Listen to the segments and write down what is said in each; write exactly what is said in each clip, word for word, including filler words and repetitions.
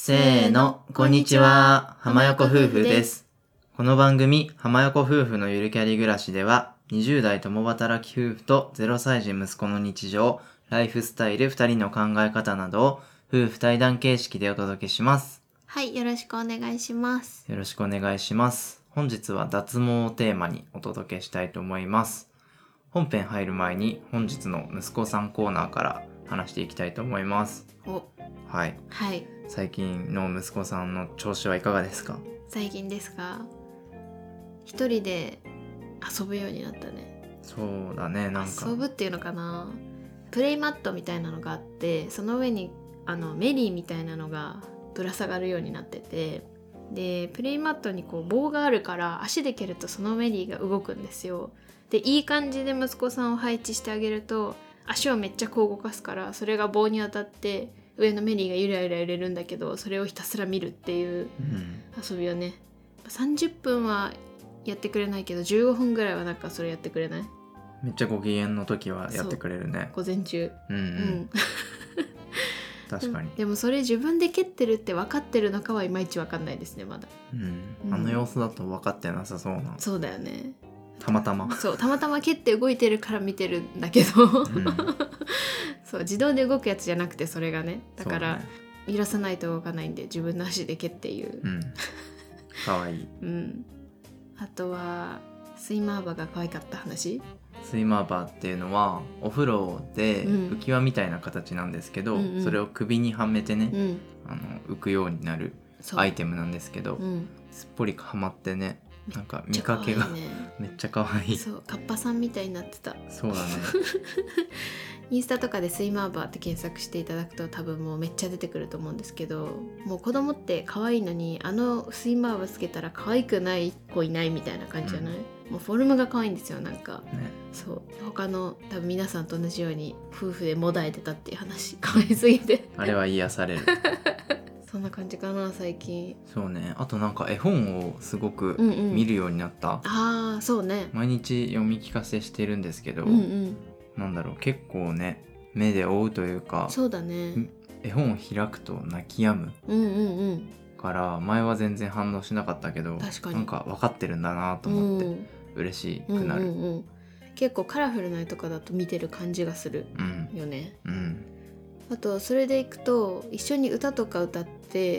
せーの、こんにちは、浜横夫婦です。この番組、浜横夫婦のゆるキャリ暮らしでは、にじゅう代共働き夫婦とゼロさい児息子の日常、ライフスタイルふたりの考え方などを夫婦対談形式でお届けします。 はい、よろしくお願いします。 よろしくお願いします。本日は脱毛をテーマにお届けしたいと思います。本編入る前に本日の息子さんコーナーから話していきたいと思います。 お、 はい。 はい。 最近の息子さんの調子はいかがですか？ 最近ですか？一人で遊ぶようになったね。 そうだね、なんか遊ぶっていうのかな。プレイマットみたいなのがあって、その上にあのメリーみたいなのがぶら下がるようになってて、でプレイマットにこう棒があるから足で蹴るとそのメリーが動くんですよ。でいい感じで息子さんを配置してあげると足をめっちゃこう動かすから、それが棒に当たって上のメリーがゆらゆら揺れるんだけど、それをひたすら見るっていう遊びをね、うん、さんじゅっぷんはやってくれないけどじゅうごふんぐらいはなんかそれやってくれない？ めっちゃご機嫌の時はやってくれるね。 午前中。 うんうん、うん、確かに。 でもそれ自分で蹴ってるって分かってるのかはいまいち分かんないですね、まだ。 うん、あの様子だと分かってなさそうな、うん、 そうだよね。 たまたまそうたまたま蹴って動いてるから見てるんだけど、うん、そう自動で動くやつじゃなくて、それがね、だから揺らさないと動かないんで自分の足で蹴っていう、 うん、かわいい、 うん、あとはスイマーバーが可愛かった話。 スイマーバーっていうのはお風呂で浮き輪みたいな形なんですけど、うんうん、それを首にはめてね、うん、あの浮くようになるアイテムなんですけど、うん、すっぽりはまってね、なんか見かけがめっちゃ可愛い。 そうカッパさんみたいになってた。 そうだねインスタとかでスイマーバーって検索していただくと多分もうめっちゃ出てくると思うんですけど、もう子供って可愛いのにあのスイマーバーつけたら可愛くない子いないみたいな感じじゃない、うん、もうフォルムが可愛いんですよ、なんか、ね、そう他の多分皆さんと同じように夫婦でもだえてたっていう話、可愛すぎてあれは癒されるそんな感じかな最近。 そうね、あとなんか絵本をすごく見るようになった、うんうん、 あーそうね、 毎日読み聞かせしてるんですけど、 うんうん、 なんだろう、結構ね目で追うというか、 そうだね、 絵本を開くと泣き止む、うんうんうん、から前は全然反応しなかったけど、確かになんか分かってるんだなと思って嬉しくなる、うんうんうん、 結構カラフルな絵とかだと見てる感じがするよね、うんうん、あとそれでいくと一緒に歌とか歌って、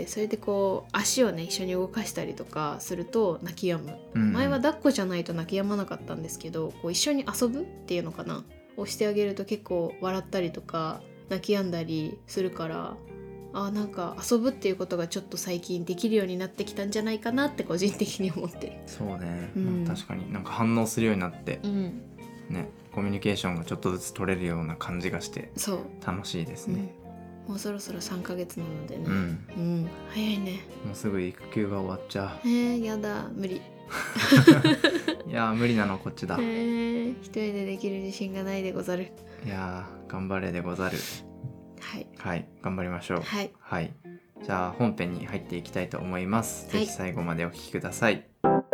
それでこう足をね一緒に動かしたりとかすると泣き止む、うんうん、前は抱っこじゃないと泣き止まなかったんですけど、こう一緒に遊ぶっていうのかなをしてあげると結構笑ったりとか泣き止んだりするから、あなんか遊ぶっていうことがちょっと最近できるようになってきたんじゃないかなって個人的に思ってる。 そうね、うん、まあ、確かになんか反応するようになって、うんね、コミュニケーションがちょっとずつ取れるような感じがして楽しいですね、 うん、もうそろそろさんかげつなのでね、うんうん、 早いね。 もうすぐ育休が終わっちゃう。 えー、やだ無理いや無理なのこっちだ、 えー、一人でできる自信がないでござる。 いや頑張れでござる。はい、はい、頑張りましょう。はい、はい、じゃあ本編に入っていきたいと思います、はい、ぜひ最後までお聞きください。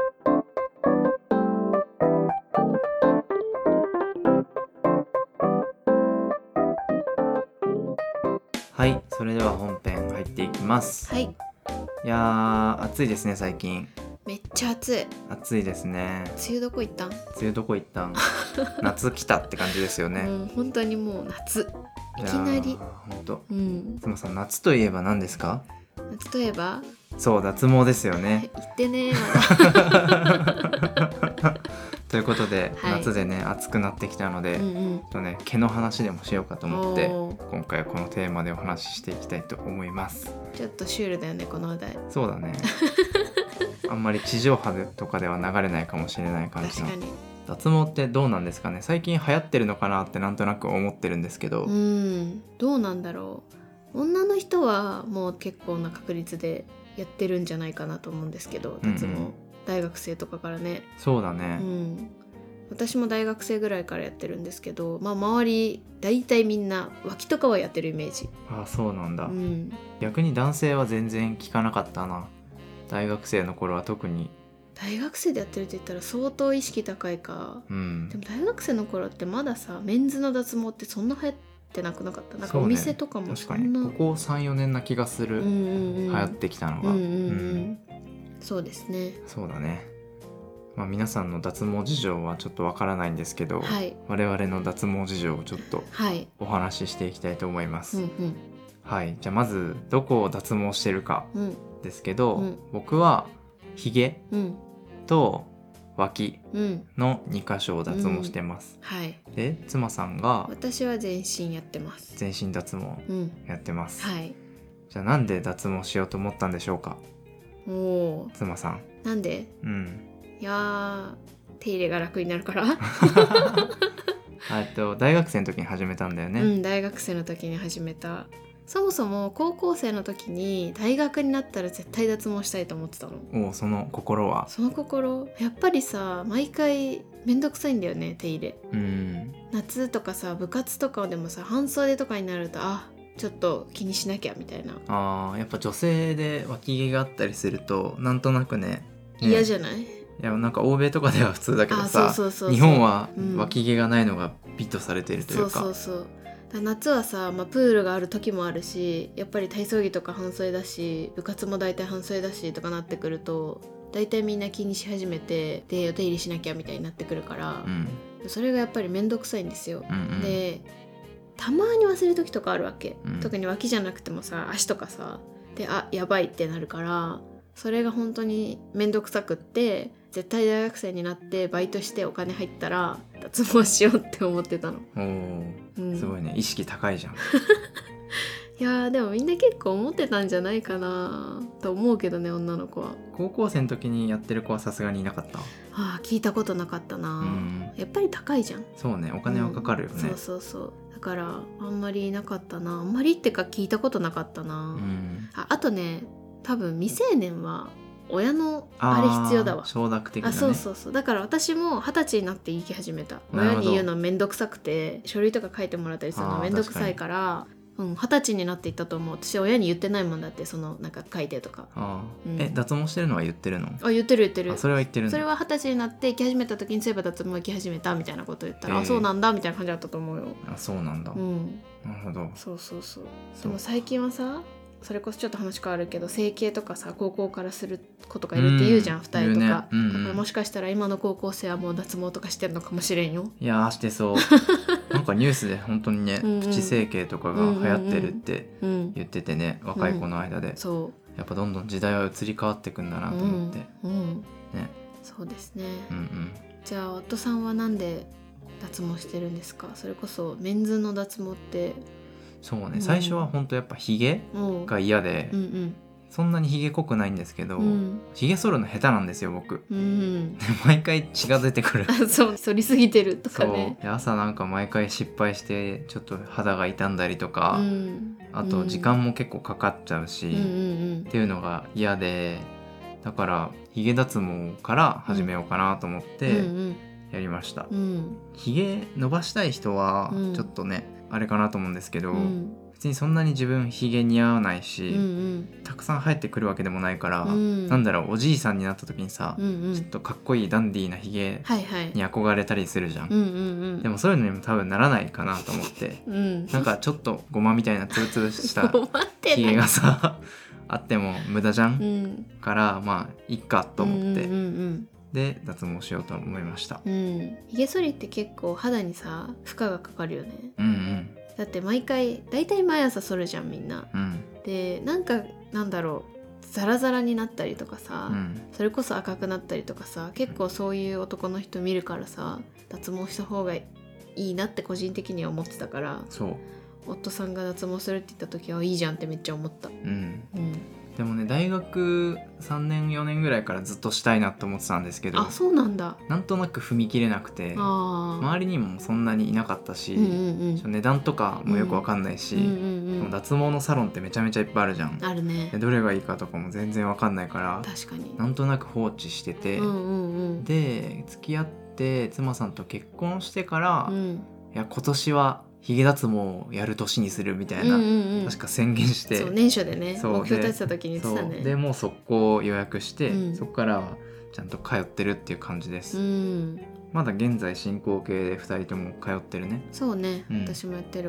はい、それでは本編入っていきます。はい、いや暑いですね最近。 めっちゃ暑い。 暑いですね。 梅雨どこ行ったん？ 梅雨どこ行ったん夏来たって感じですよね。 もう本当にもう夏いきなり本当。うん。つまさん夏といえば何ですか？ 夏といえばそう脱毛ですよね。 言ってねまだということで、はい、夏でね暑くなってきたので、うんうん、とね毛の話でもしようかと思って今回はこのテーマでお話ししていきたいと思います。 ちょっとシュールだよねこの話題。 そうだねあんまり地上波とかでは流れないかもしれない感じの。確かに。脱毛ってどうなんですかね。最近流行ってるのかなってなんとなく思ってるんですけど。 うん、どうなんだろう。女の人はもう結構な確率でやってるんじゃないかなと思うんですけど、脱毛、うんうん、大学生とかからね。 そうだね、 うん、私も大学生ぐらいからやってるんですけど、まあ周り大体みんな脇とかはやってるイメージ。 ああそうなんだ、うん、逆に男性は全然聞かなかったな。大学生の頃は特に。 大学生でやってるって言ったら相当意識高いか、うん、でも大学生の頃ってまださメンズの脱毛ってそんな流行っってなくなかった？なんかそうねお店とかも確かにそんな、 ここ さん,よ 年な気がする、 うんうんうん、 流行ってきたのが、 うんうんうんうんそうですね。 そうだね。まあ皆さんの脱毛事情はちょっとわからないんですけど、 はい我々の脱毛事情をちょっとはい、 お話ししていきたいと思いまうす、 んうんはい。じゃあまずどこを脱毛してるかうんですけど、 うん僕はヒゲうんと脇うんのに箇所を脱毛してます、 はい。 で妻さんが私は全身やってます。 全身脱毛うんやってます、 はい。 じゃあなんで脱毛しようと思ったんでしょうか、 おお、 妻さん。 なんで？ うんいやー、手入れが楽になるから。 えっと大学生の時に始めたんだよね、 うん、大学生の時に始めた。そもそも高校生の時に大学になったら絶対脱毛したいと思ってたの。 おうその心は。 その心やっぱりさ、毎回めんどくさいんだよね、手入れ。 うん夏とかさ、部活とかでもさ、半袖とかになると、あ、ちょっと気にしなきゃみたいな。 あーやっぱ女性で脇毛があったりするとなんとなくねね嫌じゃない？ いやなんか欧米とかでは普通だけどあ、 さ、 そうそうそうそう、 日本はうん脇毛がないのが美とされているといそううか、 そうそう。だから夏はさ、まあ、プールがある時もあるし、やっぱり体操着とか半袖だし、部活も大体半袖だしとかなってくると、大体みんな気にし始めて、でお手入れしなきゃみたいになってくるからう、んそれがやっぱりめんどくさいんですよ、 うんうん、 でたまに忘れる時とかあるわけ、 うん特に脇じゃなくてもさ、足とかさで、あ、やばいってなるから、それが本当にめんどくさくって、絶対大学生になってバイトしてお金入ったら脱毛しようって思ってたの。 おーうんすごいね、意識高いじゃん。 いやーでもみんな結構思ってたんじゃないかなと思うけどね、女の子は。 高校生の時にやってる子はさすがにいなかった。 あー聞いたことなかったな、 うんやっぱり高いじゃん。 そうね、お金はかかるよね、 うんそうそうそう。だからあんまりいなかったな。あんまりってか聞いたことなかったな、 うんあ, あとね、多分未成年は親のあれ必要だわ。 あー承諾的なあ、 ね。 そうそうそう。だから私も二十歳になって言い始めた。 なるほど親に言うのめんどくさくて、書類とか書いてもらったりするのあーめんどくさいからうん、二十歳になっていったと思う。私親に言ってないもんだって、そのなんか書いてとか。 あー、 うんえ脱毛してるのは言ってるの？ あ、言ってる言ってる。 あそれは言ってるんだ。 それは二十歳になって行き始めた時に、そういえば脱毛行き始めたみたいなこと言ったら、 へーあ、そうなんだみたいな感じだったと思うよ。 あそうなんだ、 うん、 なるほど。 そうそうそう。 そうでも最近はさ、それこそちょっと話変わるけど、整形とかさ、高校からする子とかいるって言うじゃん、 うん二重とか、 言うねうんうんだからもしかしたら今の高校生はもう脱毛とかしてるのかもしれんよ。 いやーしてそうなんかニュースで本当にねうんうんプチ整形とかが流行ってるってうん、 言っててね、若い子の間で、 そやっぱどんどん時代は移り変わってくんだう。 なと思って、 うん、うん、 ねそうですね。 うんうんじゃあ夫さんはなんで脱毛してるんですか？それこそメンズの脱毛ってそうね、 うん最初は本当やっぱヒゲもうが嫌で、 うんうんそんなにヒゲ濃くないんですけど、 うんヒゲ剃るの下手なんですよ僕。 うんで毎回血が出てくるあ、そう、反りすぎてるとそうかね。 で朝なんか毎回失敗してちょっと肌が傷んだりとか、 うんあと時間も結構かかっちゃうし、 うんうんっていうのが嫌で、だからヒゲ脱毛から始めようかなと思っうんうてんやりました。 うんヒゲ伸ばしたい人はうんちょっとね、あれかなと思うんですけど、 うん別にそんなに自分ヒゲ似合わないし、 うんたくさん生えてくるわけでもないから、 うんなんだろうおじいさんになった時にさ、 うんうんちょっとかっこいいダンディーなヒゲはいはいに憧れたりするじゃん、 うんうんうんでもそういうのにも多分ならないかなと思ってうんなんかちょっとゴマみたいなツルツルした困ってないヒゲがさあっても無駄じゃん、 うんからまあいっかと思って、 うんうんで脱毛しようと思いました。 うんうんひげ剃りって結構肌にさ負荷がかかるよね。 うんうんだって毎回だいたい毎朝剃るじゃんみんな。 うんでなんかなんだろうザラザラになったりとかさ、 うんそれこそ赤くなったりとかさ、結構そういう男の人見るからさ、脱毛した方がいいなって個人的には思ってたから、 そう夫さんが脱毛するって言った時はいいじゃんってめっちゃ思った。 うんうん、 でもね大学さんねんよねんぐらいからずっとしたいなと思ってたんですけど、 あ、そうなんだ。 なんとなく踏み切れなくてあー、 周りにもそんなにいなかったし、 うんうんうん値段とかもよくわかんないし、 うんうんうん、 でも脱毛のサロンってめちゃめちゃいっぱいあるじゃん。 あるねで。どれがいいかとかも全然わかんないから確かに。 なんとなく放置してて、 うんうんうん、 で付き合って妻さんと結婚してから、いうんや今年はヒゲ脱毛をやる年にするみたいな、 うんうんうん、 確か宣言して、 そう年初でねそう目標で立てた時に言ってたね。 そうでもう速攻予約して、 うんそこからはちゃんと通ってるっていう感じです、 うん、 まだ現在進行形でふたりとも通ってるね。 そうね、 うん私もやってるわ。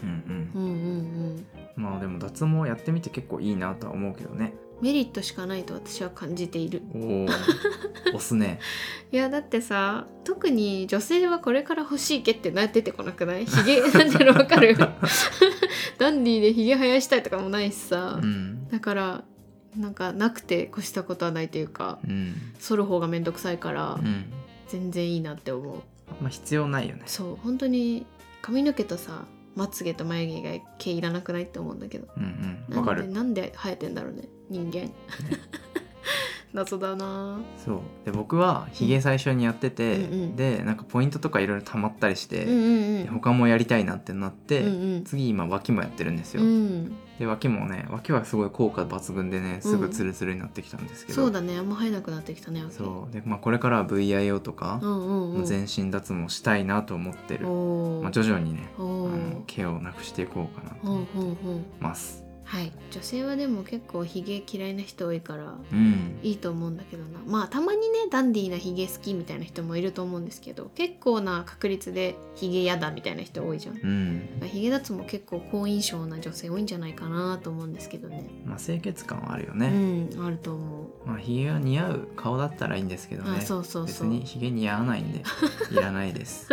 うんうんうんうんうん。まあでも脱毛やってみて結構いいなとは思うけどね。 メリットしかないと私は感じている。 おお押すね。 いやだってさ、特に女性はこれから欲しい毛ってな出てこなくない？ヒゲなんての分かる？ダンディーでヒゲ生やしたいとかもないしさ、 うん。 だからなんかなくて越したことはないというか、 うん。 剃る方がめんどくさいからうん。 全然いいなって思う。 まあ必要ないよね。 そう本当に髪の毛とさまつげと眉毛が毛いらなくないって思うんだけど、 うんうん。 なんでわかる。 なんで生えてんだろうね人間。謎だな。 そうで僕はヒゲ最初にやってて、 うんうんでなんかポイントとかいろいろ溜まったりして、 うんうんで他もやりたいなってなって、 うんうん次今脇もやってるんですよ、 うんで脇もね脇はすごい効果抜群でねすぐツルツルになってきたんですけど、 そうだね、あんま生えなくなってきたね。 そうで、まあ、これからは ブイアイオー とか、 うんうんうん、 全身脱毛したいなと思ってる、 おーまあ、徐々にねあおーの毛をなくしていこうかなとうん思ってうんうんますはい、女性はでも結構ヒゲ嫌いな人多いからうんいいと思うんだけどな。まあたまにねダンディーなヒゲ好きみたいな人もいると思うんですけど、結構な確率でヒゲ嫌だみたいな人多いじゃん。 うんヒゲ脱毛結構好印象な女性多いんじゃないかなと思うんですけどね。 まあ清潔感はあるようね、 ん、あると思う。 まあひげが似合う顔だったらいいんですけどね。 あ、そうそうそう別にひげ似合わないんでいらないです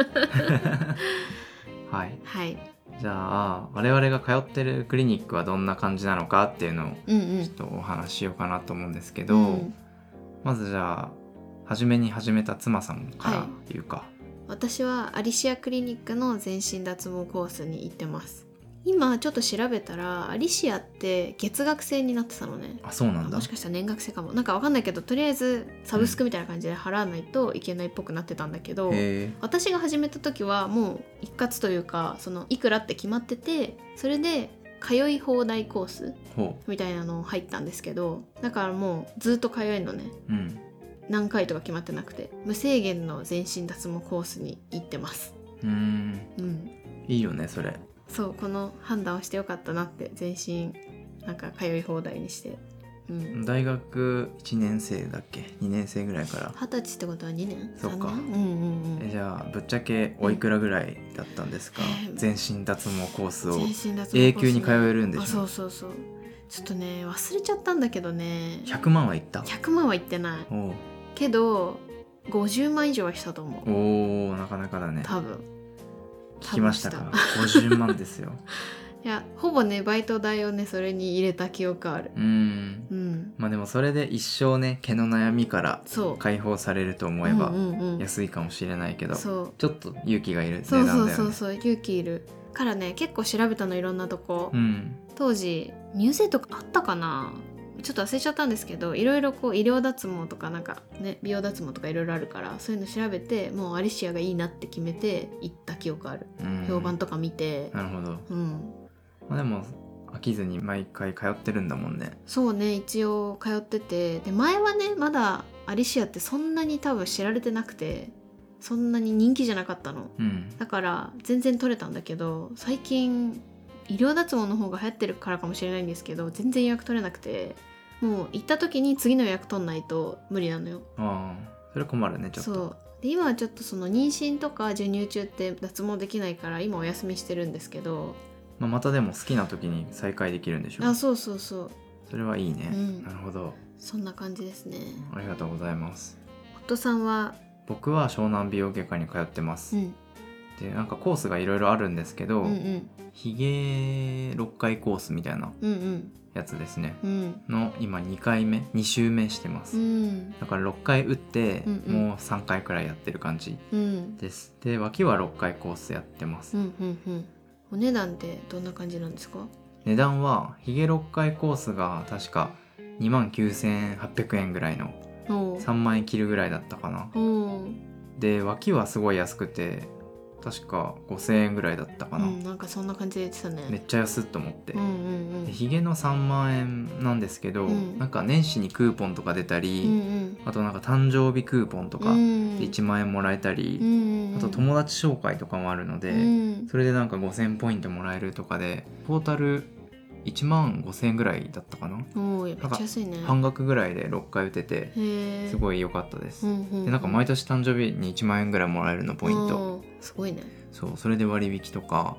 はいはいじゃあ我々が通ってるクリニックはどんな感じなのかっていうのをうんうんちょっとお話ししようかなと思うんですけど、 うんまずじゃあ初めに始めた妻さんからは言うか、 私はアリシアクリニックの全身脱毛コースに行ってます。今ちょっと調べたらアリシアって月額制になってたのね。 あそうなんだもしかしたら年額制かも、なんかわかんないけど、とりあえずサブスクみたいな感じで払わないといけないっぽくなってたんだけど、 へ私が始めた時はもう一括というか、そのいくらって決まってて、それで通い放題コースーほみたいなの入ったんですけど、だからもうずっと通えるのね。 ううん何回とか決まってなくて、無制限の全身脱毛コースに行ってます。 うーんうんいいよねそれ。 そう、この判断をしてよかったなって。全身なんか通い放題にして、うん、 大学いちねん生だっけにねん生ぐらいから。 二十歳ってことはにねんそうかさんねんうんうんうんえじゃあぶっちゃけおいくらぐらいだったんですか、 うん全身脱毛コースを全身脱毛永コースね久に通えるんでしょ。 あ、そうそうそう、ちょっとね忘れちゃったんだけどね。 ひゃくまんはいった。 ひゃくまんはいってないおうけどごじゅうまん以上はしたと思う。 おーなかなかだね。 多分聞きましたか多ごじゅうまんですよいやほぼねバイト代をねそれに入れた記憶ある。 うーんうんまあでもそれで一生ね毛の悩みからそう解放されると思えばうんうんうん、 安いかもしれないけど、 そうちょっと勇気がいる値そう段だよね。 そうそうそう勇気いるからね、結構調べたのいろんなとこ、 うん当時ミューゼとかあったかな、ちょっと忘れちゃったんですけど、いろいろこう医療脱毛とかなんかね美容脱毛とかいろいろあるから、そういうの調べてもうアリシアがいいなって決めて行った記憶ある。 うん評判とか見て、 なるほど、 うんまあ、でも飽きずに毎回通ってるんだもんね。 そうね、一応通ってて、で前はねまだアリシアってそんなに多分知られてなくて、そんなに人気じゃなかったのうんだから全然取れたんだけど、最近医療脱毛の方が流行ってるからかもしれないんですけど、全然予約取れなくて、もう行った時に次の予約取んないと無理なのよ。 ああそれ困るねちょっと。 そうで今はちょっとその妊娠とか授乳中って脱毛できないから今お休みしてるんですけど、 まあ、またでも好きな時に再開できるんでしょ。 あそうそうそう、 それはいいね、 うんなるほど、 そんな感じですね。 ありがとうございます。 夫さんは僕は湘南美容外科に通ってます、 うんでなんかコースがいろいろあるんですけど、 うんうんヒゲろっかいコースみたいなうんうんやつですねうんの今にかいめに週目してます、 うんだからろっかい打って、 うんうんもうさんかいくらいやってる感じうんです。で脇はろっかいコースやってます、 うんうんうん。お値段ってどんな感じなんですか？ 値段はヒゲろっかいコースが確かにまんきゅうせんはっぴゃくえんぐらいのおうさんまんえん切るぐらいだったかな。 おうで脇はすごい安くて確かごせんえんぐらいだったかな、 うん、なんかそんな感じで言ってたね。 めっちゃ安っと思って、 うんうんでヒゲのさんまんえんなんですけど、 うんなんか年始にクーポンとか出たり、 うんうんあとなんか誕生日クーポンとかうんでいちまんえんもらえたり、 うんうん、 あと友達紹介とかもあるので、 うんそれでなんかごせんポイントもらえるとかでトータルいちまんごせんえんぐらいだったかな、 おーめっちゃ安いね。 半額ぐらいでろっかい打ててへーすごい良かったです、 うんうんうん、 でなんか毎年誕生日にいちまんえんぐらいもらえるのポイント、 おーすごいね。 そうそれで割引とか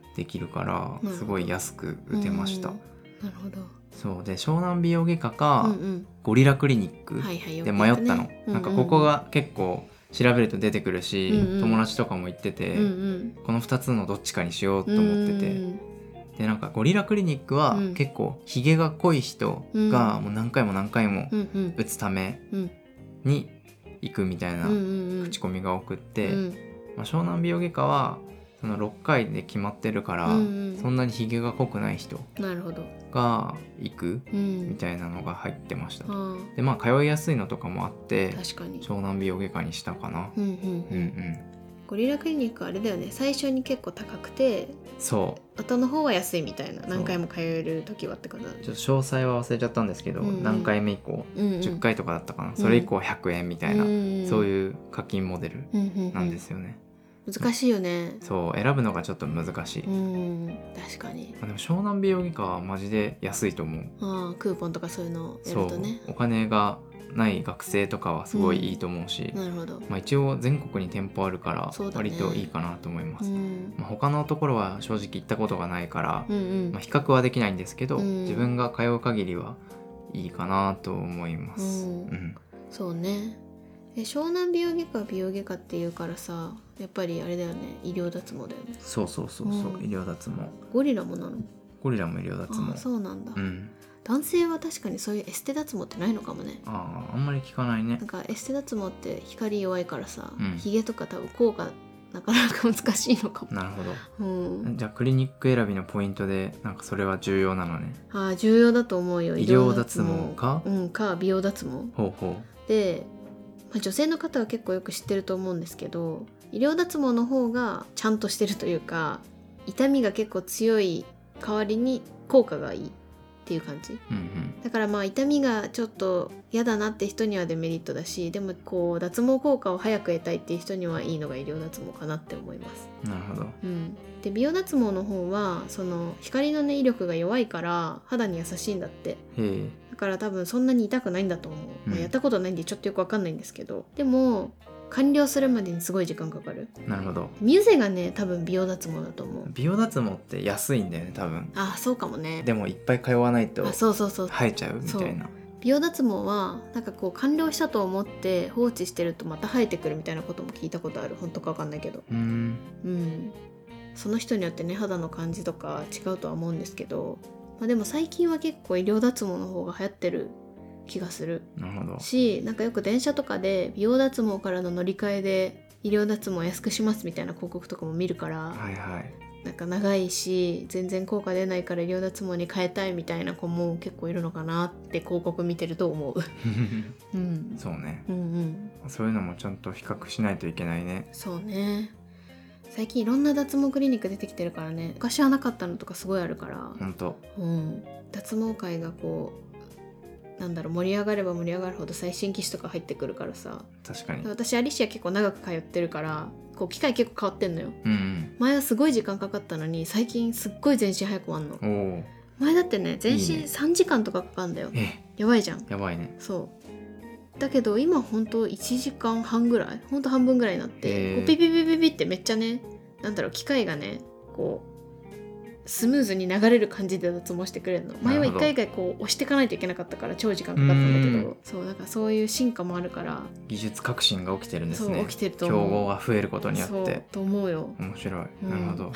できるからどすごい安く打てました。 うんなるほど。 そうで湘南美容外科か、 うんうんゴリラクリニックはいはいよくで言うね迷ったの、なんかここが結構調べると出てくるし、 うんうん友達とかも言ってて、 うんうんこのふたつのどっちかにしようと思ってて、 うんでなんかゴリラクリニックはうん結構ひげが濃い人がもう何回も何回もうんうん打つためうんに行くみたいなうんうん口コミが多くって、 うんまあ、湘南美容外科はそのろっかいで決まってるから、 うんうんそんなにひげが濃くない人なるほど。 が行くうんみたいなのが入ってました。 あでまあ通いやすいのとかもあってー確かに。 湘南美容外科にしたかな。 うんうんうんうんゴリラクリニックはあれだよね、最初に結構高くてそ後の方は安いみたいな、 そう何回も通える時はってことだ。 うちょっと詳細は忘れちゃったんですけど、 うんうん何回目以降うんうんじゅっかいとかだったかな、それ以降ひゃくえんみたいな、 うんそういう課金モデルうんうんうんなんですよね。 難しいよね。 そう選ぶのがちょっと難しい、 うん確かに。 まあでも湘南美容外科はマジで安いと思う。 あークーポンとかそういうのをやそうるとね。 お金がない学生とかはすごいいいと思うし、 なるほど。 まあ、一応全国に店舗あるからそうだね割といいかなと思います、 うんまあ、他のところは正直行ったことがないから、 うんうんまあ、比較はできないんですけど、 うん自分が通う限りはいいかなと思います、 うんうんそうね。え湘南美容外科は美容外科っていうからさ、やっぱりあれだよね、医療脱毛だよね。 そうそうそうそう、 うん医療脱毛ゴリラもなの？ ゴリラも医療脱毛あそうなんだ、 うん男性は確かにそういうエステ脱毛ってないのかもね。 あああんまり聞かないねなんかエステ脱毛って光弱いからさ、 うんヒゲとか多分効果なかなか難しいのかも。 なるほど。 うん、 じゃあクリニック選びのポイントでなんかそれは重要なのね。 あー重要だと思うよ。 医療脱毛かうんか美容脱毛ほうほで、まあ、女性の方は結構よく知ってると思うんですけど、医療脱毛の方がちゃんとしてるというか、痛みが結構強い代わりに効果がいいっていう感じう。うんうんだからまあ痛みがちょっと嫌だなって人にはデメリットだし、でもこう脱毛効果を早く得たいっていう人にはいいのが医療脱毛かなって思います。 なるほど。 うん、で美容脱毛の方はその光の、ね、威力が弱いから肌に優しいんだって。 へえ。 だから多分そんなに痛くないんだと思う、まあ、 うんやったことないんでちょっとよくわかんないんですけど、でも完了するまでにすごい時間かかる。 なるほど。 ミュゼがね多分美容脱毛だと思う。 美容脱毛って安いんだよね多分。 あそうかもね。 でもいっぱい通わないとあそうそうそう生えちゃうみたいな。 美容脱毛はなんかこう完了したと思って放置してるとまた生えてくるみたいなことも聞いたことある。本当かわかんないけど、 うーん。 うん、その人によってね肌の感じとか違うとは思うんですけど、まあ、でも最近は結構医療脱毛の方が流行ってる気がするなるほど。 し、なんかよく電車とかで美容脱毛からの乗り換えで医療脱毛安くしますみたいな広告とかも見るから、 はいはい。 なんか長いし全然効果出ないから医療脱毛に変えたいみたいな子も結構いるのかなって広告見てると思う、うん、 そうね。 うんうんそういうのもちゃんと比較しないといけないね。 そうね。最近いろんな脱毛クリニック出てきてるからね、昔はなかったのとかすごいあるから、 ほんと。 うん、脱毛界がこうなんだろう盛り上がれば盛り上がるほど最新機種とか入ってくるからさ。 確かに。 私アリシア結構長く通ってるからこう機械結構変わってんのよ。 うん前はすごい時間かかったのに最近すっごい全身早く終わんの。 うん。おお。 前だってね全いいね身さんじかんとかかかんだよ。 え、 やばいじゃん。 やばいね。 そうだけど今ほんといちじかんはんぐらい、ほんと半分ぐらいになっへてーこうピピピピピってめっちゃね、なんだろう機械がねこうスムーズに流れる感じで脱毛してくれるの。前は一回一回こう押していかないといけなかったから超時間かかったんだけうど、そうなんかそういう進化もあるから技術革新が起きてるんですね。 そう起きてると思う。 競合が増えることによそうって。 と思うよ。 面白い。 うんなるほど。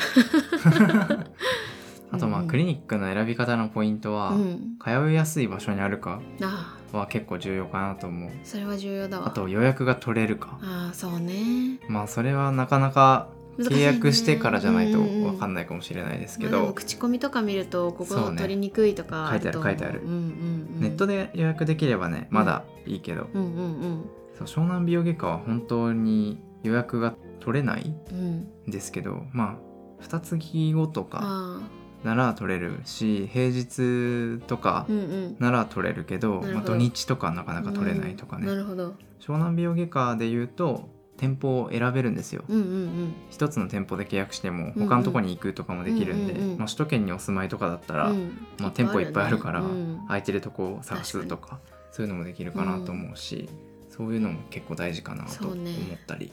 あとまあうんうんクリニックの選び方のポイントは、 うん、 通いやすい場所にあるかあは結構重要かなと思う。 あそれは重要だわ。 あと予約が取れるか。 ああそうね。 まあそれはなかなか難しいね契約してからじゃないとうんうんうん分かんないかもしれないですけまあ、でど、 も口コミとか見るとここそうね取りにくいとか書いてあると思う書いてあるうんうんうん、 ネットで予約できればねまだいいけど、 うんうんそう湘南美容外科は本当に予約が取れないうんうんんですけど、まあ二月後とかあなら取れるし平日とかあうんうんなら取れるけど、 なるほどまあ、土日とかなかなか取れないとかね、 うんなるほど。 湘南美容外科でいうと店舗を選べるんですよ。 うんうん一つの店舗で契約してもうんうん他のとこに行くとかもできるんで、 うんうんうんまあ、首都圏にお住まいとかだったら、 うんうんまあ、店舗いっぱいあるからうん空いてるとこを探すとかそういうのもできるかなと思うし、そういうのも結構大事かなと思そうねったり。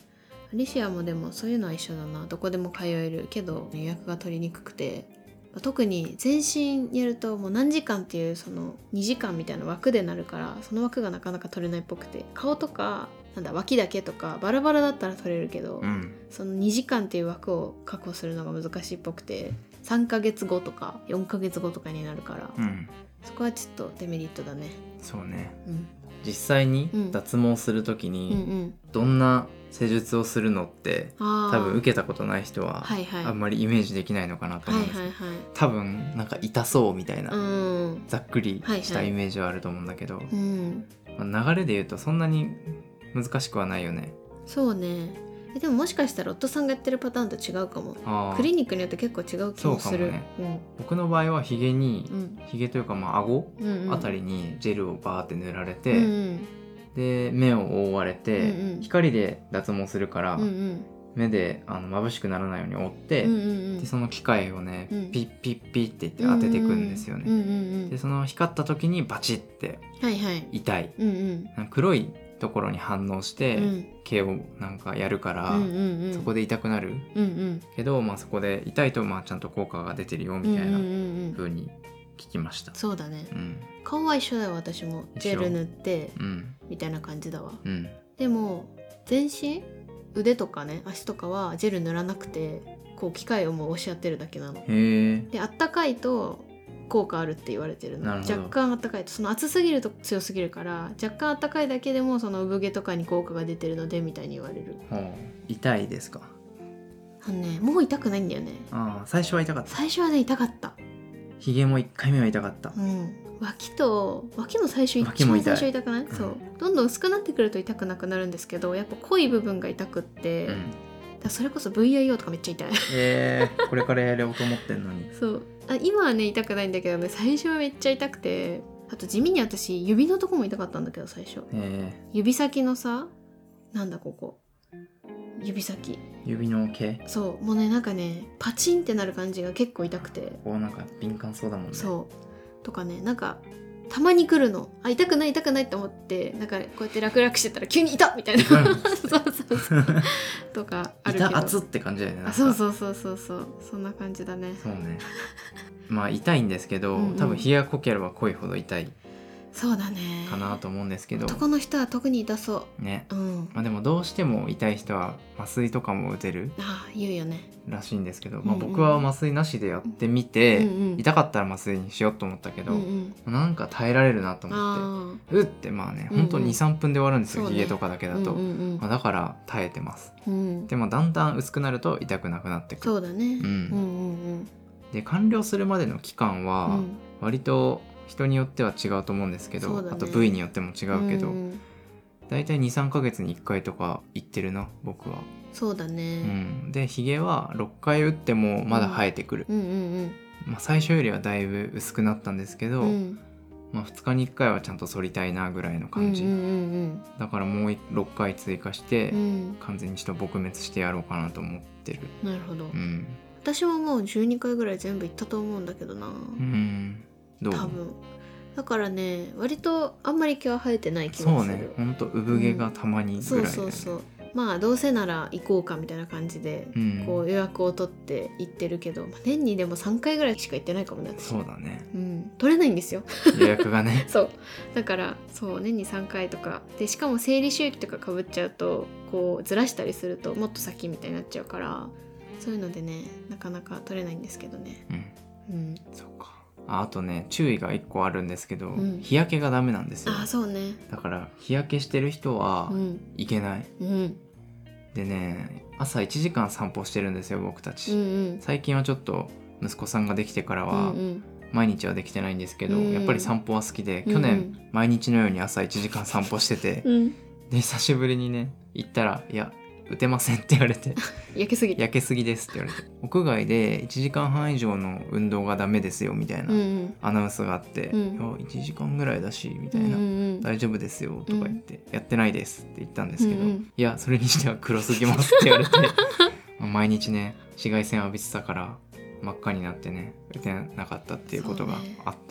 アリシアもでもそういうのは一緒だな。どこでも通えるけど予約が取りにくくて、特に全身やるともう何時間っていうそのにじかんみたいな枠でなるから、その枠がなかなか取れないっぽくて、顔とかなんだ脇だけとかバラバラだったら取れるけど、 うん、 そのにじかんっていう枠を確保するのが難しいっぽくて、さんかげつごとかよんかげつごとかになるから、 うん、 そこはちょっとデメリットだね。 そうね、 うん、 実際に脱毛するときうんうにん、 どんな施術をするのってあー多分受けたことない人ははいはいあんまりイメージできないのかなと思うんですけど、 はいはいはい、 多分なんか痛そうみたいな、 うんざっくりしたはいはいイメージはあると思うんだけど、 うんまあ流れで言うとそんなに難しくはないよね。 そうね。えでももしかしたら夫さんがやってるパターンと違うかも。 あークリニックによって結構違う気もする。 そうかもね。僕の場合はヒゲに、 うんヒゲというかまあ顎うんうん、 あたりにジェルをバーって塗られて、 うんうんで目を覆われて、 うんうん光で脱毛するから、 うんうん目であの眩しくならないように覆って、 うんうんうんでその機械をね、 うんピッピッピッって言って当ててくんですよね、 うんうんうんでその光った時にバチッてはいはい。 痛い、 うんうん黒いところに反応して、 うん毛をなんかやるから、 うんうんうん、 そこで痛くなるうんうんけど、まあ、そこで痛いとまあちゃんと効果が出てるよみたいなうんうんうんうん、 風に聞きました。 そうだね。 うん顔は一緒だよ私も。ジェル塗ってうんみたいな感じだわ。 うんでも全身腕とかね足とかはジェル塗らなくて、こう機械をもう押し当てるだけなの。 へえ。 であったかいと効果あるって言われてるの。 なるほど若干あったかいと、その熱すぎると強すぎるから、若干あったかいだけでもその産毛とかに効果が出てるのでみたいに言われる。 ほう痛いですか？ あのねもう痛くないんだよね。 ああ最初は痛かった。 最初はね痛かった。 ひげもいっかいめは痛かった。 うん脇と脇も最初一脇も痛い番最初痛くない、 うんそうどんどん薄くなってくると痛くなくなるんですけど、やっぱ濃い部分が痛くって、だかうん、 らそれこそ ブイアイオー とかめっちゃ痛いえー、これからやろうと思ってんのに。 そうあ今はね痛くないんだけどね、最初はめっちゃ痛くて、あと地味に私指のとこも痛かったんだけど最初。 え指先のさ、なんだここ指先、 ー、指の毛そうもうねなんかねパチンってなる感じが結構痛くて、 こうなんか敏感そうだもんね。 そうとかね、なんかたまに来るの、あ痛くない痛くないって思って、なんかこうやって楽々してたら急に痛っみたいなそうそうそうとかあるけど、 痛熱って感じだよね。なんかあそうそうそうそうそうそんな感じだね。 そうね。まあ痛いんですけど、 うんうん多分ひげが濃ければ濃いほど痛いそうだねかなと思うんですけど、 男の人は特に痛そね。 う。うんまあ、でもどうしても痛い人は麻酔とかも打てるああ言うよね。 らしいんですけど、 うんうんまあ、僕は麻酔なしでやってみて、 うんうん痛かったら麻酔にしようと思ったけど、 うんうんなんか耐えられるなと思って、 あうってまあね、 うんうんほんとにさんぷんで終わるんですよ、 そうねひげとかだけだと、 うんうんまあ、だから耐えてます。 うんうんでもだんだん薄くなると痛くなくなってくる。 そうだね、 うんうんうんで完了するまでの期間うんは割と人によっては違うと思うんですけど、 そうだねあと部位によっても違うけど、 んんだいたいにさんかげつにいっかいとか行ってるな僕は。 そうだうね、 ん、でひげはろっかい打ってもまだ生えてくる、 うん、うんうんまあ、最初よりはだいぶ薄くなったんですけど、 うんうんまあ、ふつかにいっかいはちゃんと剃りたいなぐらいの感じ、 うんうんだからもうろっかい追加して、 うんうん完全にちょっと撲滅してやろうかなと思ってる。 なるほど、 うん、 私はもうじゅうにかいぐらい全部行ったと思うんだけどな、 うん、どう？ 多分だからね割とあんまり毛は生えてない気がする。 そうね、ほんと産毛がたまにぐらいだよね、 そうそうそうまあどうせなら行こうかみたいな感じで、 うん、 こう予約を取って行ってるけど、まあ、年にでもさんかいぐらいしか行ってないかもね私。 そうだね、 うん、取れないんですよ予約がねそうだからそう年にさんかいとかで、しかも生理周期とかかぶっちゃうとこうずらしたりするともっと先みたいになっちゃうから、そういうのでねなかなか取れないんですけどね。 うん、 うんそうか。ああとね注意がいっこあるんですけど、 うん日焼けがダメなんですよ。 あそうねだから日焼けしてる人はうんいけない、 うんでね朝いちじかん散歩してるんですよ僕たち、 うんうん最近はちょっと息子さんができてからうはんうん毎日はできてないんですけど、 うんやっぱり散歩は好きで、 うん去年毎日のように朝いちじかん散歩してて、 うんで久しぶりにね行ったらいや打てませんって言われて焼けすぎて焼けすぎですって言われて、屋外でいちじかんはん以上の運動がダメですよみたいなうんうんアナウンスがあって、 うんいやいちじかんぐらいだしみたいな、 うんうん大丈夫ですよとか言って、やってないですって言ったんですけど、 うんうんいやそれにしては黒すぎますって言われてまあ毎日ね紫外線浴びてたから真っ赤になってね打てなかったっていうことがあったな。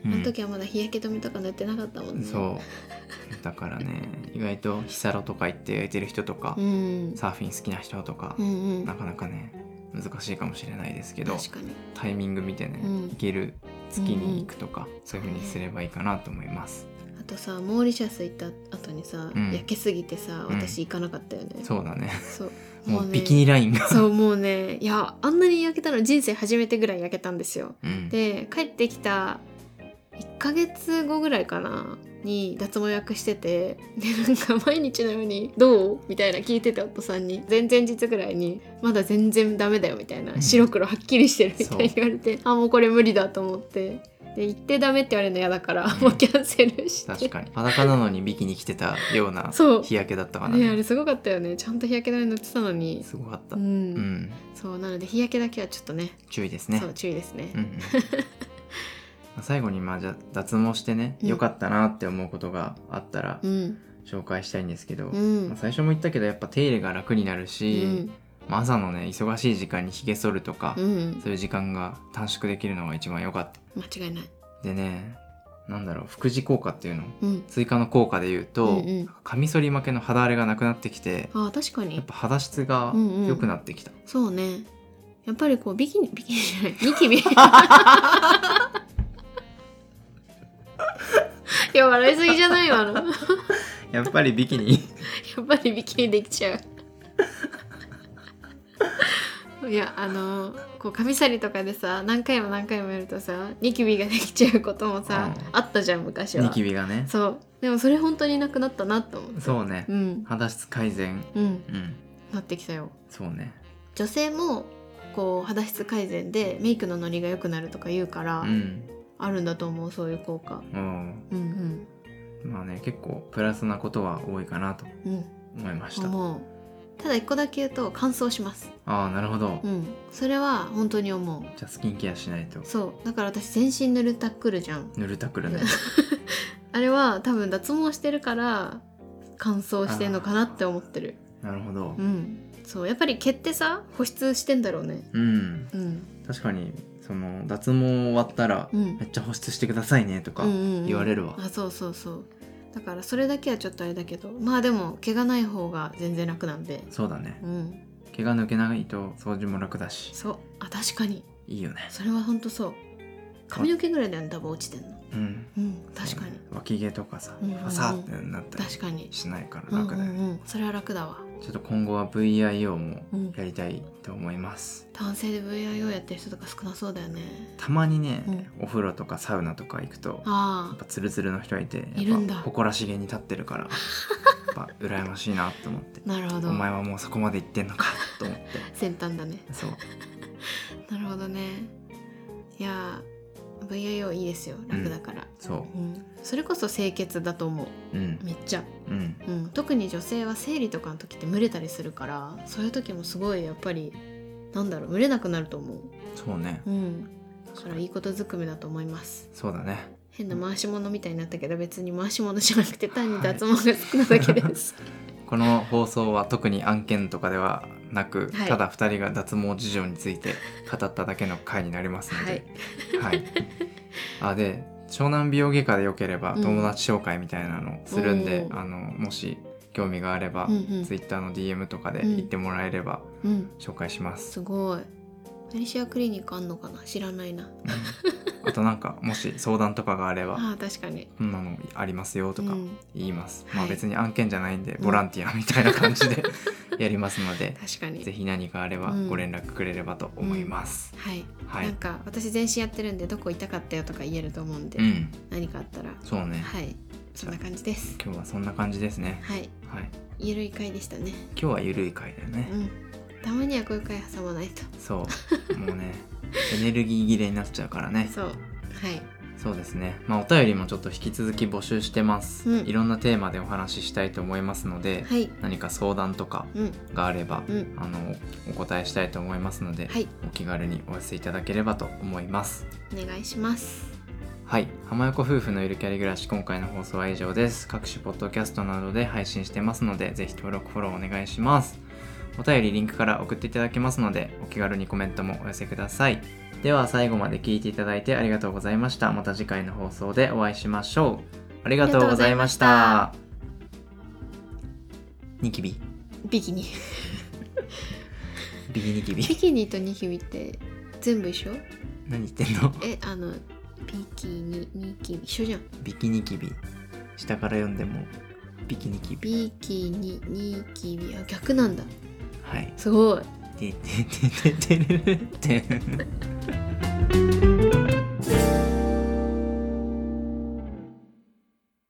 うん、 あの時はまだ日焼け止めとか塗ってなかったもんね。 そうだからね意外と日サロとか行って焼いてる人とか、 うん、 サーフィン好きな人とか、 うんうん、 なかなかね難しいかもしれないですけど、 確かにタイミング見てね、うん、行ける月に行くとか、うんうん、そういう風にすればいいかなと思います。 あとさモーリシャス行った後にさ、うん、焼けすぎてさ私行かなかったよね、うん、 そうだねそうもうビキニラインがそうもうねいやあんなに焼けたの人生初めてぐらい焼けたんですよ、うん、で帰ってきたいっかげつごぐらいかなに脱毛薬しててでなんか毎日のようにどうみたいな聞いてて夫さんに前々日ぐらいにまだ全然ダメだよみたいな、うん、白黒はっきりしてるみたいに言われてあもうこれ無理だと思ってで行ってダメって言われるの嫌だから、うん、もうキャンセルして。 確かに裸なのにビキニ着てたような日焼けだったからね, ねあれすごかったよねちゃんと日焼け止め塗ってたのにすごかった、 うんうん、 そうなので日焼けだけはちょっとね注意ですねそう注意ですね、 うんうん最後にまあじゃ脱毛してね良、うん、かったなって思うことがあったら紹介したいんですけど、うんまあ、最初も言ったけどやっぱ手入れが楽になるし、うんまあ、朝のね忙しい時間にひげ剃るとか、うん、そういう時間が短縮できるのが一番良かった。 間違いない。 でねなんだろう副次効果っていうの、うん、追加の効果で言うと、うんうん、カミソリ負けの肌荒れがなくなってきてあ確かにやっぱ肌質が良くなってきた、 うんうん、そうねやっぱりこうビキニビキニじゃないニキビいや笑いすぎじゃないわのやっぱりビキニやっぱりビキニできちゃういやあのこうカミソリとかでさ何回も何回もやるとさニキビができちゃうこともさ、うん、あったじゃん昔は。 ニキビがねそうでもそれ本当になくなったなと思って。 そうね、うん、肌質改善、 うんうん、なってきたよ。 そうね女性もこう肌質改善でメイクのノリが良くなるとか言うから、うんあるんだと思うそういう効果、うん、うんうんまあね結構プラスなことは多いかなと思いました、うん、 思う。ただ一個だけ言うと乾燥します。 ああなるほど、 うん、それは本当に思う。 じゃあスキンケアしないと。 そうだから私全身ぬるたくるじゃん。 ぬるたくるねあれは多分脱毛してるから乾燥してんのかなって思ってる。 なるほど、 うん、そうやっぱり毛ってさ保湿してんだろうね。 うん、うん、確かにその脱毛終わったら、うん、めっちゃ保湿してくださいねとか言われるわ、 うんうんうん、あそうそうそうだからそれだけはちょっとあれだけどまあでも毛がない方が全然楽なんで。 そうだね、うん、毛が抜けないと掃除も楽だし。 そうあ確かにいいよね。 それはほんとそう髪の毛ぐらいで多分落ちてんの。うん、うん、確かに、ね、 脇毛とかさ、うんうんうん、ファサーってなったりしないから楽だよね、うんうんうん、 それは楽だわ。 ちょっと今後は ブイアイオー もやりたいと思います、 うん、男性で ブイアイオー やってる人とか少なそうだよね。 たまにね、うん、お風呂とかサウナとか行くとやっぱツルツルの人がいているんだ。 誇らしげに立ってるからやっぱ羨ましいなと思ってなるほどお前はもうそこまで行ってんのかと思って先端だね。 そうなるほどね。いやブイアイオー いいですよ楽だから、うん、 そう、うん、 それこそ清潔だと思う、うん、めっちゃ、うんうん、特に女性は生理とかの時って蒸れたりするからそういう時もすごいやっぱりなんだろう蒸れなくなると思う。 そうね、 うん、だからいいことずくめだと思います。 そうだね。 変な回し物みたいになったけど別に回し物じゃなくて単に脱毛が好きなだけです、はい、 この放送は特に案件とかではなく、はい、ただふたりが脱毛事情について語っただけの回になりますので、はいはい、あで湘南美容外科でよければ友達紹介みたいなのするんで、うん、あのもし興味があれば、うんうん、ツイッターの ディーエム とかで言ってもらえれば紹介します、 うん、すごい。ペリシアクリニックあんのかな知らないな、うん、 あとなんかもし相談とかがあればあ確かにこんなのありますよとか言います、うん、まあ別に案件じゃないんでボランティアみたいな感じでやりますので、 確かにぜひ何かあればご連絡くれればと思います、 うんうん、はい、はい、なんか私全身やってるんでどこ痛かったよとか言えると思うんで、うん、何かあったらそうね、 はいそんな感じです。 今日はそんな感じですね。 はい、はい、ゆるい回でしたね。 今日はゆるい回だよね、うんたまにはこういう回挟まないと。 そうもうねエネルギー切れになっちゃうからね。 そうはいそうですね。まあお便りもちょっと引き続き募集してます、うん、いろんなテーマでお話ししたいと思いますので、はい、何か相談とかがあれば、うん、あのお答えしたいと思いますので、はい、お気軽にお寄せいただければと思います。 お願いします。 はい、浜横夫婦のゆるキャリ暮らし、今回の放送は以上です。各種ポッドキャストなどで配信してますのでぜひ登録フォローお願いします。 お便りリンクから送っていただけますので、お気軽にコメントもお寄せください。では最後まで聞いていただいてありがとうございました。また次回の放送でお会いしましょう。ありがとうございました。ニキビビキニビキニキビビキニとニキビって全部一緒？ 何言ってんの？ え、あのビキニニキビ一緒じゃん。 ビキニキビ、下から読んでもビキニキビ、 ビキニニキビ、あ、逆なんだ。 はい、 すごい。 ててててててて